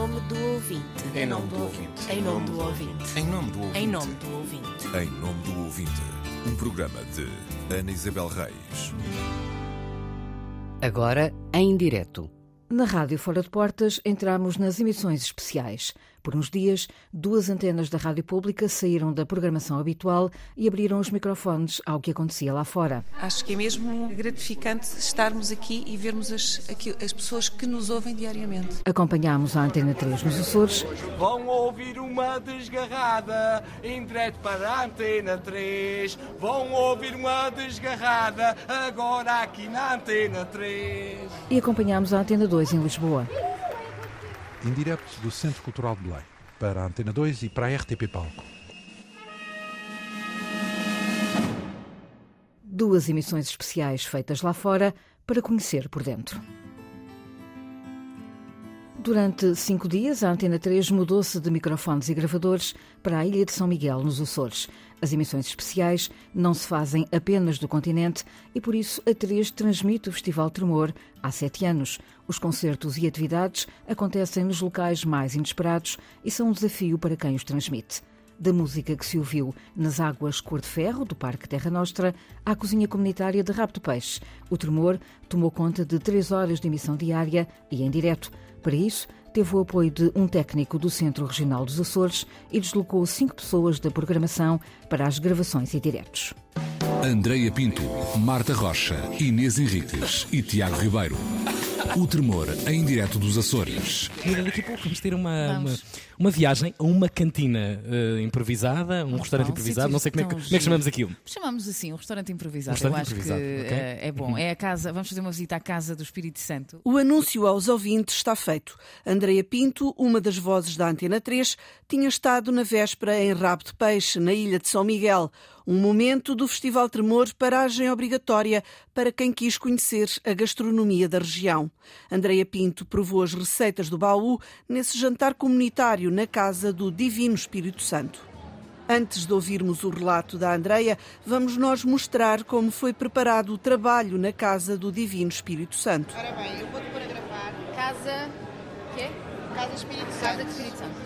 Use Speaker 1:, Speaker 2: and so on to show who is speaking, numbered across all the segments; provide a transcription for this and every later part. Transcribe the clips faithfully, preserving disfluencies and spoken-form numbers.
Speaker 1: nome do ouvinte.
Speaker 2: Em nome do ouvinte.
Speaker 1: Em nome do ouvinte.
Speaker 2: Em nome do ouvinte.
Speaker 1: Em nome do ouvinte.
Speaker 3: Em nome do ouvinte. Um programa de Ana Isabel Reis.
Speaker 4: Agora, em direto.
Speaker 5: Na Rádio Fora de Portas, entramos nas emissões especiais. Por uns dias, duas antenas da Rádio Pública saíram da programação habitual e abriram os microfones ao que acontecia lá fora.
Speaker 6: Acho que é mesmo gratificante estarmos aqui e vermos as, aqui, as pessoas que nos ouvem diariamente.
Speaker 5: Acompanhámos a Antena três nos Açores.
Speaker 7: Vão ouvir uma desgarrada em direto para a Antena três. Vão ouvir uma desgarrada agora aqui na Antena três.
Speaker 5: E acompanhámos a Antena dois em Lisboa.
Speaker 8: Em direto do Centro Cultural de Belém, para a Antena dois e para a R T P Palco.
Speaker 5: Duas emissões especiais feitas lá fora para conhecer por dentro. Durante cinco dias, a Antena três mudou-se de microfones e gravadores para a Ilha de São Miguel, nos Açores. As emissões especiais não se fazem apenas do continente e, por isso, a três transmite o Festival Tremor há sete anos. Os concertos e atividades acontecem nos locais mais inesperados e são um desafio para quem os transmite. Da música que se ouviu nas águas Cor de Ferro, do Parque Terra Nostra, à cozinha comunitária de Rabo de Peixe. O Tremor tomou conta de três horas de emissão diária e em direto. Para isso, teve o apoio de um técnico do Centro Regional dos Açores e deslocou cinco pessoas da programação para as gravações e diretos.
Speaker 9: Andreia Pinto, Marta Rocha, Inês Henriques e Tiago Ribeiro. O Tremor em direto dos Açores.
Speaker 10: E daqui a pouco vamos ter uma, uma, uma viagem a uma cantina uh, improvisada, um restaurante
Speaker 11: Bom,
Speaker 10: improvisado, não sei como é, que, como é que chamamos aquilo.
Speaker 11: Chamamos assim, um restaurante improvisado.
Speaker 10: Um restaurante
Speaker 11: Eu acho
Speaker 10: improvisado,
Speaker 11: que
Speaker 10: okay.
Speaker 11: uh, é bom. Uhum. É a casa, vamos fazer uma visita à Casa do Espírito Santo.
Speaker 12: O anúncio aos ouvintes está feito. Andreia Pinto, uma das vozes da Antena três, tinha estado na véspera em Rabo de Peixe, na Ilha de São Miguel. Um momento do Festival Tremor, paragem obrigatória para quem quis conhecer a gastronomia da região. Andreia Pinto provou as receitas do baú nesse jantar comunitário na Casa do Divino Espírito Santo. Antes de ouvirmos o relato da Andreia, vamos nós mostrar como foi preparado o trabalho na Casa do Divino Espírito Santo.
Speaker 13: Ora bem, eu vou-te pôr a gravar.
Speaker 11: Casa... quê?
Speaker 13: Casa Espírito Santo.
Speaker 11: Casa do Espírito Santo.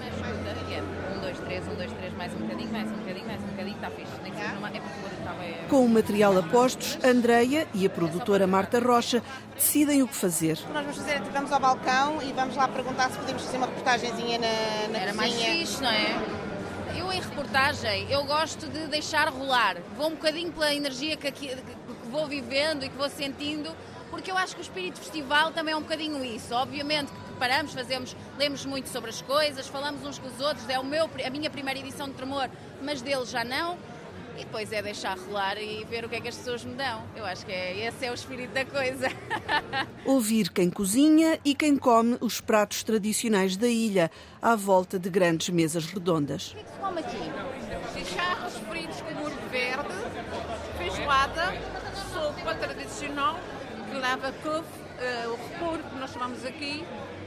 Speaker 11: Um, dois, três, um, dois, três, mais um bocadinho, mais um bocadinho, mais um bocadinho, está fixe. Nem que seja numa... é porque estava...
Speaker 12: Com o material a postos, Andreia e a produtora Marta Rocha decidem o que fazer.
Speaker 13: O que nós vamos fazer é que vamos ao balcão e vamos lá perguntar se podemos fazer uma reportagenzinha na, na
Speaker 11: Era
Speaker 13: cozinha.
Speaker 11: mais fixe, não é? Eu, em reportagem, eu gosto de deixar rolar. Vou um bocadinho pela energia que, aqui, que vou vivendo e que vou sentindo, porque eu acho que o espírito festival também é um bocadinho isso. Obviamente que preparamos, fazemos, lemos muito sobre as coisas, falamos uns com os outros, é o meu, a minha primeira edição de Tremor, mas deles já não. E depois é deixar rolar e ver o que é que as pessoas me dão. Eu acho que é, esse é o espírito da coisa.
Speaker 12: Ouvir quem cozinha e quem come os pratos tradicionais da ilha, à volta de grandes mesas redondas.
Speaker 11: O que é que se come aqui?
Speaker 14: Chicharros fritos com molho verde, feijoada, sopa tradicional, que leva couve, uh, o repolho, que nós chamamos aqui.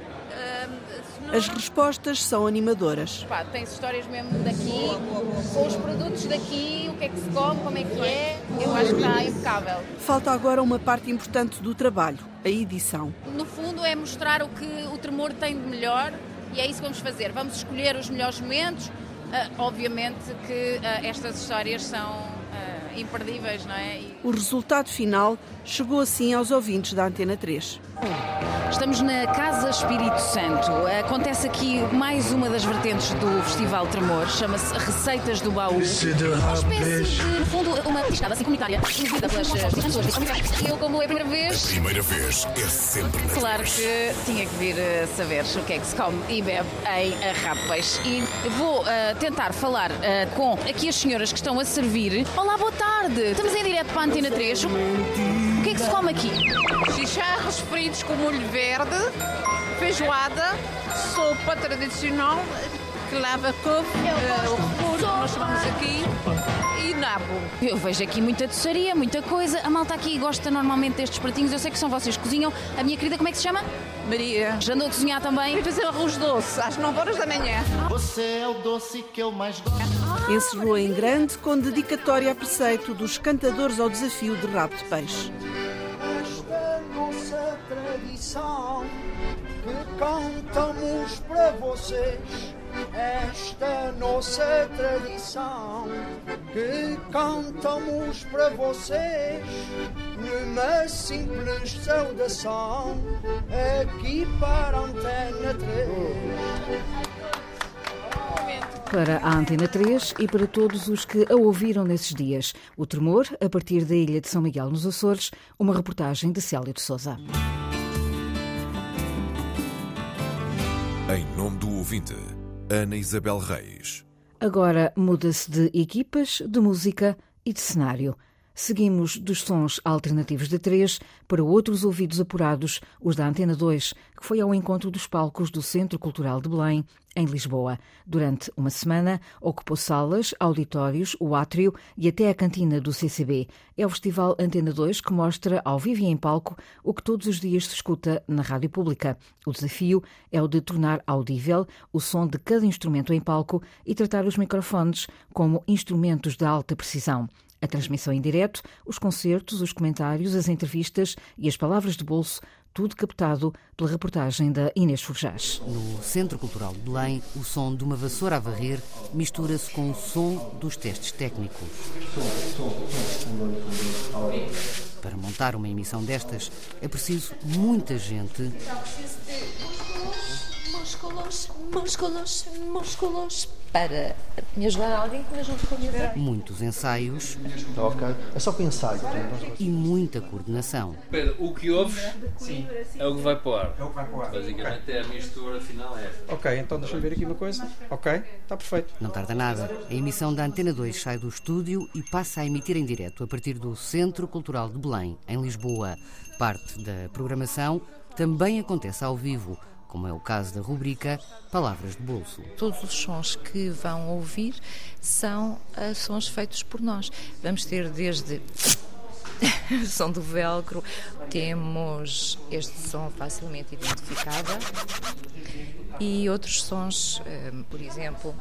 Speaker 14: Uh,
Speaker 12: As respostas são animadoras.
Speaker 11: Pá, tem histórias mesmo daqui, com os produtos daqui, o que é que se come, como é que é, eu acho que está impecável.
Speaker 12: Falta agora uma parte importante do trabalho, a edição.
Speaker 11: No fundo é mostrar o que o Tremor tem de melhor e é isso que vamos fazer. Vamos escolher os melhores momentos, uh, obviamente que uh, estas histórias são uh, imperdíveis, não é? E...
Speaker 12: O resultado final chegou assim aos ouvintes da Antena três.
Speaker 11: Estamos na Casa Espírito Santo. Acontece aqui mais uma das vertentes do Festival Tremor. Chama-se Receitas do Baú. Uma espécie de, no fundo, uma escada assim comunitária, promovida pelas pessoas. Eu, como é a primeira vez...
Speaker 3: A primeira vez é sempre na
Speaker 11: Claro que tinha que vir a saber o que é que se come e bebe em Rabo de Peixe. E vou uh, tentar falar uh, com aqui as senhoras que estão a servir. Olá, boa tarde. Estamos em direto para a Antena três. O que é que se come aqui?
Speaker 14: Chicharros fritos com molho verde, feijoada, sopa tradicional, que leva couve, uh, o repolho, que nós chamamos aqui, e nabo.
Speaker 11: Eu vejo aqui muita doçaria, muita coisa. A malta aqui gosta normalmente destes pratinhos. Eu sei que são vocês que cozinham. A minha querida, como é que se chama?
Speaker 14: Maria.
Speaker 11: Já andou a cozinhar também?
Speaker 14: Vou fazer arroz doce, às nove horas da manhã.
Speaker 15: Você é o doce que eu mais gosto.
Speaker 12: Encerrou em grande com dedicatória a preceito dos cantadores ao desafio de Rabo de Peixe.
Speaker 15: Esta nossa tradição que
Speaker 2: cantamos para vocês esta nossa tradição, que cantamos para vocês numa simples saudação, aqui para a Antena três.
Speaker 5: Para a Antena três e para todos os que a ouviram nesses dias. O Tremor, a partir da ilha de São Miguel, nos Açores, uma reportagem de Célio de Sousa.
Speaker 3: Em nome do ouvinte, Ana Isabel Reis.
Speaker 5: Agora muda-se de equipas, de música e de cenário. Seguimos dos sons alternativos da três para outros ouvidos apurados, os da Antena dois, que foi ao encontro dos palcos do Centro Cultural de Belém, em Lisboa. Durante uma semana, ocupou salas, auditórios, o átrio e até a cantina do C C B. É o Festival Antena dois que mostra ao vivo e em palco o que todos os dias se escuta na rádio pública. O desafio é o de tornar audível o som de cada instrumento em palco e tratar os microfones como instrumentos de alta precisão. A transmissão em direto, os concertos, os comentários, as entrevistas e as palavras de bolso, tudo captado pela reportagem da Inês Forjás.
Speaker 4: No Centro Cultural de Belém, o som de uma vassoura a varrer mistura-se com o som dos testes técnicos. Para montar uma emissão destas, é preciso muita gente.
Speaker 16: Músculos, músculos, músculos. Para me ajudar alguém que me ajude com a minha.
Speaker 4: Muitos ensaios.
Speaker 17: Ok, é só para ensaio.
Speaker 4: E muita coordenação.
Speaker 18: Pedro, o que ouves Sim. é o que vai para o ar. É o que vai para o ar. Basicamente é a mistura final é esta.
Speaker 17: Ok, então deixa-me ver aqui uma coisa. Ok, está perfeito.
Speaker 4: Não tarda nada. A emissão da Antena dois sai do estúdio e passa a emitir em direto a partir do Centro Cultural de Belém, em Lisboa. Parte da programação também acontece ao vivo, como é o caso da rubrica Palavras de Bolso.
Speaker 16: Todos os sons que vão ouvir são uh, sons feitos por nós. Vamos ter desde o som do velcro, temos este som facilmente identificável e outros sons, uh, por exemplo...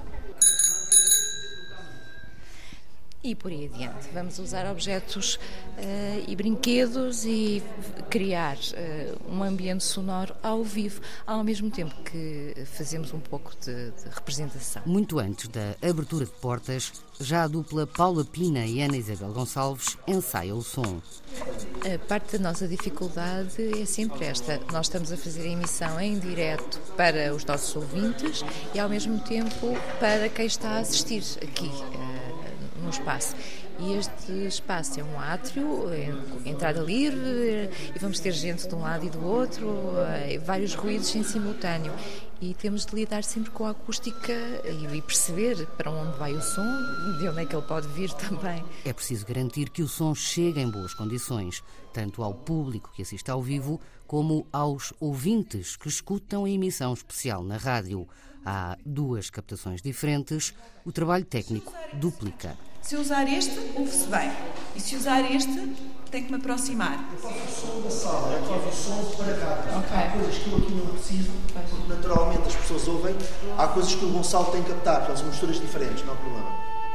Speaker 16: E por aí adiante. Vamos usar objetos uh, e brinquedos e criar uh, um ambiente sonoro ao vivo, ao mesmo tempo que fazemos um pouco de, de representação.
Speaker 4: Muito antes da abertura de portas, já a dupla Paula Pina e Ana Isabel Gonçalves ensaia o som.
Speaker 16: A parte da nossa dificuldade é sempre esta. Nós estamos a fazer a emissão em direto para os nossos ouvintes e ao mesmo tempo para quem está a assistir aqui uh, no espaço. E este espaço é um átrio, é entrada livre, e vamos ter gente de um lado e do outro, vários ruídos em simultâneo. E temos de lidar sempre com a acústica e perceber para onde vai o som, de onde é que ele pode vir também.
Speaker 4: É preciso garantir que o som chegue em boas condições, tanto ao público que assiste ao vivo, como aos ouvintes que escutam a emissão especial na rádio. Há duas captações diferentes, o trabalho técnico duplica.
Speaker 19: Se eu usar este, ouve-se bem. E se usar este, tenho que me aproximar.
Speaker 17: Eu faço o som da sala, eu faço o som para cá. Okay. Há coisas que eu aqui não preciso, porque naturalmente as pessoas ouvem. Há coisas que o Gonçalo tem que captar, portanto, são misturas diferentes, não há problema.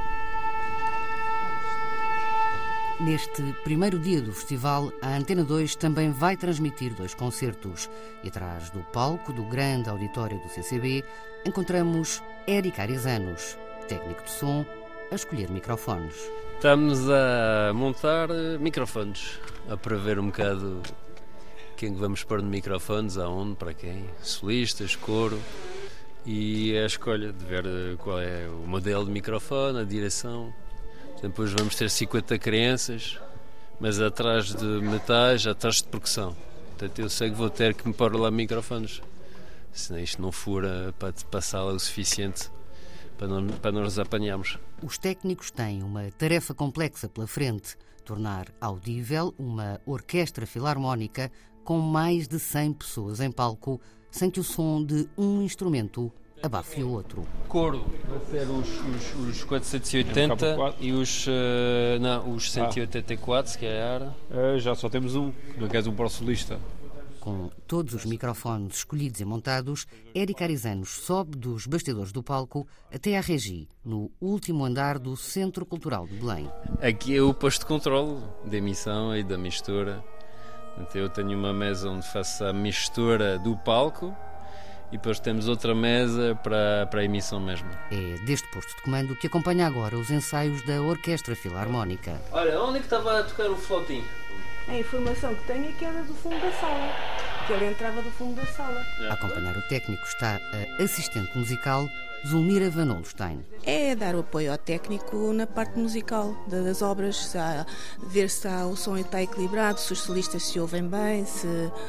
Speaker 4: Neste primeiro dia do festival, a Antena dois também vai transmitir dois concertos. E atrás do palco do grande auditório do C C B, encontramos Éric Arizanos, técnico de som, a escolher microfones.
Speaker 18: Estamos a montar microfones, a prever um bocado quem vamos pôr no microfones, aonde, para quem, solistas, coro, e a escolha de ver qual é o modelo de microfone, a direção. Depois vamos ter cinquenta crianças, mas atrás de metais, atrás de percussão. Portanto, eu sei que vou ter que me pôr lá microfones, senão isto não fura para passá-la o suficiente para não, para não nos apanharmos.
Speaker 4: Os técnicos têm uma tarefa complexa pela frente: tornar audível uma orquestra filarmónica com mais de cem pessoas em palco, sem que o som de um instrumento abafe o outro.
Speaker 18: Coro vai ser os, os, os quatrocentos e oitenta e os, uh, não, os cento e oitenta e quatro, se calhar.
Speaker 20: Uh, já só temos um, não queres um para o solista.
Speaker 4: Com todos os microfones escolhidos e montados, Éric Arizanos sobe dos bastidores do palco até à Regi, no último andar do Centro Cultural de Belém.
Speaker 18: Aqui é o posto de controle da emissão e da mistura. Então eu tenho uma mesa onde faço a mistura do palco e depois temos outra mesa para, para a emissão mesmo.
Speaker 4: É deste posto de comando que acompanha agora os ensaios da Orquestra Filarmónica.
Speaker 18: Olha, onde é que estava a tocar o flautim?
Speaker 21: A informação que tenho é que era do fundo da sala, que ele entrava do fundo da sala.
Speaker 4: A acompanhar o técnico está a assistente musical Zulmira Van Olstein.
Speaker 22: É dar o apoio ao técnico na parte musical das obras, a ver se há, o som está equilibrado, se os solistas se ouvem bem, se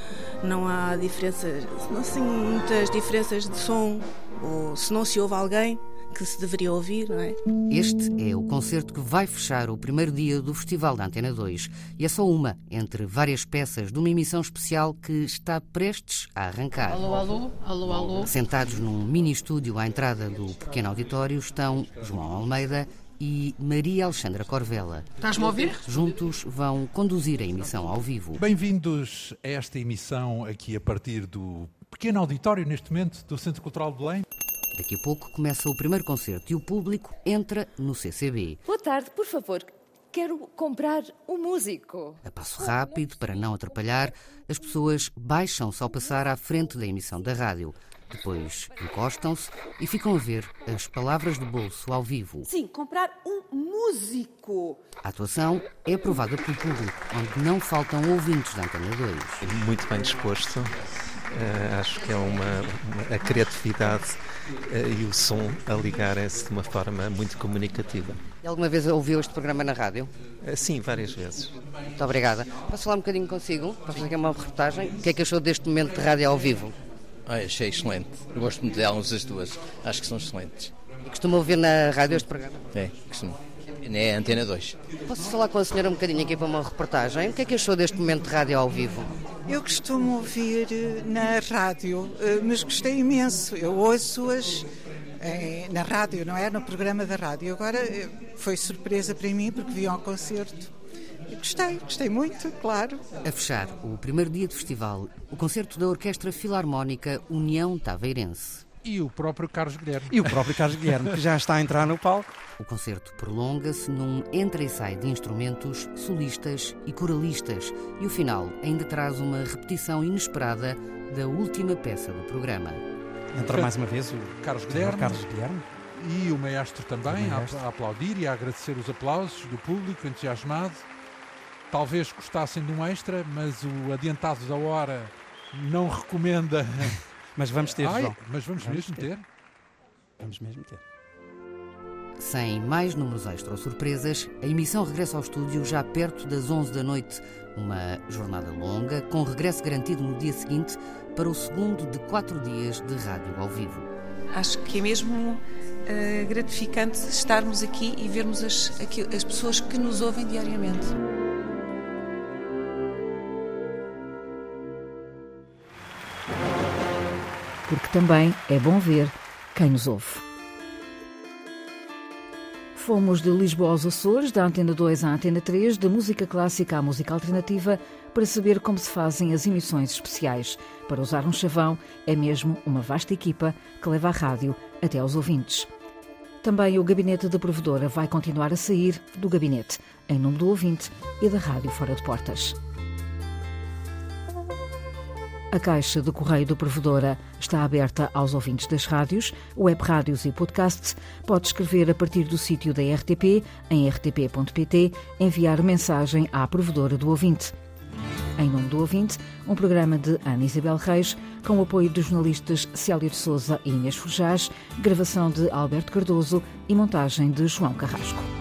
Speaker 22: não há diferenças, não assim, muitas diferenças de som, ou se não se ouve alguém que se deveria ouvir, não é?
Speaker 4: Este é o concerto que vai fechar o primeiro dia do Festival da Antena dois. E é só uma entre várias peças de uma emissão especial que está prestes a arrancar.
Speaker 23: Alô, alô, alô, alô.
Speaker 4: Sentados num mini-estúdio à entrada do pequeno auditório estão João Almeida e Maria Alexandra Corvella.
Speaker 23: Estás-me a ouvir?
Speaker 4: Juntos vão conduzir a emissão ao vivo.
Speaker 8: Bem-vindos a esta emissão aqui a partir do pequeno auditório, neste momento, do Centro Cultural de Belém.
Speaker 4: Daqui a pouco começa o primeiro concerto e o público entra no C C B.
Speaker 24: Boa tarde, por favor. Quero comprar um músico.
Speaker 4: A passo rápido, para não atrapalhar, as pessoas baixam-se ao passar à frente da emissão da rádio. Depois encostam-se e ficam a ver as palavras de bolso ao vivo.
Speaker 24: Sim, comprar um músico.
Speaker 4: A atuação é aprovada pelo público, onde não faltam ouvintes da Antena dois.
Speaker 25: Muito bem disposto. Uh, acho que é uma, uma a criatividade uh, e o som a ligarem-se de uma forma muito comunicativa.
Speaker 4: E alguma vez ouviu este programa na rádio?
Speaker 25: Uh, sim, várias vezes.
Speaker 4: Muito obrigada. Posso falar um bocadinho consigo? Para fazer aqui uma reportagem? O que é que achou deste momento de rádio ao vivo?
Speaker 26: Ah, achei excelente. Eu gosto muito delas as duas. Acho que são excelentes.
Speaker 4: E costuma ouvir na rádio este programa?
Speaker 26: É, costumo. É a Antena dois.
Speaker 4: Posso falar com a senhora um bocadinho aqui para uma reportagem? O que é que achou deste momento de rádio ao vivo?
Speaker 27: Eu costumo ouvir na rádio, mas gostei imenso. Eu ouço-as na rádio, não é? No programa da rádio. Agora foi surpresa para mim porque vi ao concerto. Eu gostei, gostei muito, claro.
Speaker 4: A fechar o primeiro dia do festival, o concerto da Orquestra Filarmónica União Taveirense.
Speaker 8: E o próprio Carlos Guilherme.
Speaker 28: E o próprio Carlos Guilherme, que já está a entrar no palco.
Speaker 4: O concerto prolonga-se num entra e sai de instrumentos, solistas e coralistas. E o final ainda traz uma repetição inesperada da última peça do programa.
Speaker 28: Entra mais uma vez o
Speaker 8: Carlos Guilherme.
Speaker 28: Carlos Guilherme.
Speaker 8: E o maestro também,
Speaker 28: o maestro.
Speaker 8: A, a aplaudir e a agradecer os aplausos do público entusiasmado. Talvez gostassem de um extra, mas o adiantado da hora não recomenda...
Speaker 28: Mas vamos ter,
Speaker 8: Ai,
Speaker 28: João.
Speaker 8: Mas vamos, vamos mesmo ter. ter?
Speaker 28: Vamos mesmo ter.
Speaker 4: Sem mais números extra ou surpresas, a emissão regressa ao estúdio já perto das onze da noite. Uma jornada longa, com regresso garantido no dia seguinte para o segundo de quatro dias de rádio ao vivo.
Speaker 6: Acho que é mesmo uh, gratificante estarmos aqui e vermos as, aqui, as pessoas que nos ouvem diariamente.
Speaker 5: Porque também é bom ver quem nos ouve. Fomos de Lisboa aos Açores, da Antena dois à Antena três, de música clássica à música alternativa, para saber como se fazem as emissões especiais. Para usar um chavão, é mesmo uma vasta equipa que leva a rádio até aos ouvintes. Também o gabinete da provedora vai continuar a sair do gabinete, em nome do ouvinte e da rádio Fora de Portas. A caixa de correio da provedora está aberta aos ouvintes das rádios, web rádios e podcasts. Pode escrever a partir do sítio da R T P, em r t p ponto p t, enviar mensagem à provedora do ouvinte. Em nome do ouvinte, um programa de Ana Isabel Reis, com o apoio dos jornalistas Célia de Sousa e Inês Forjás, gravação de Alberto Cardoso e montagem de João Carrasco.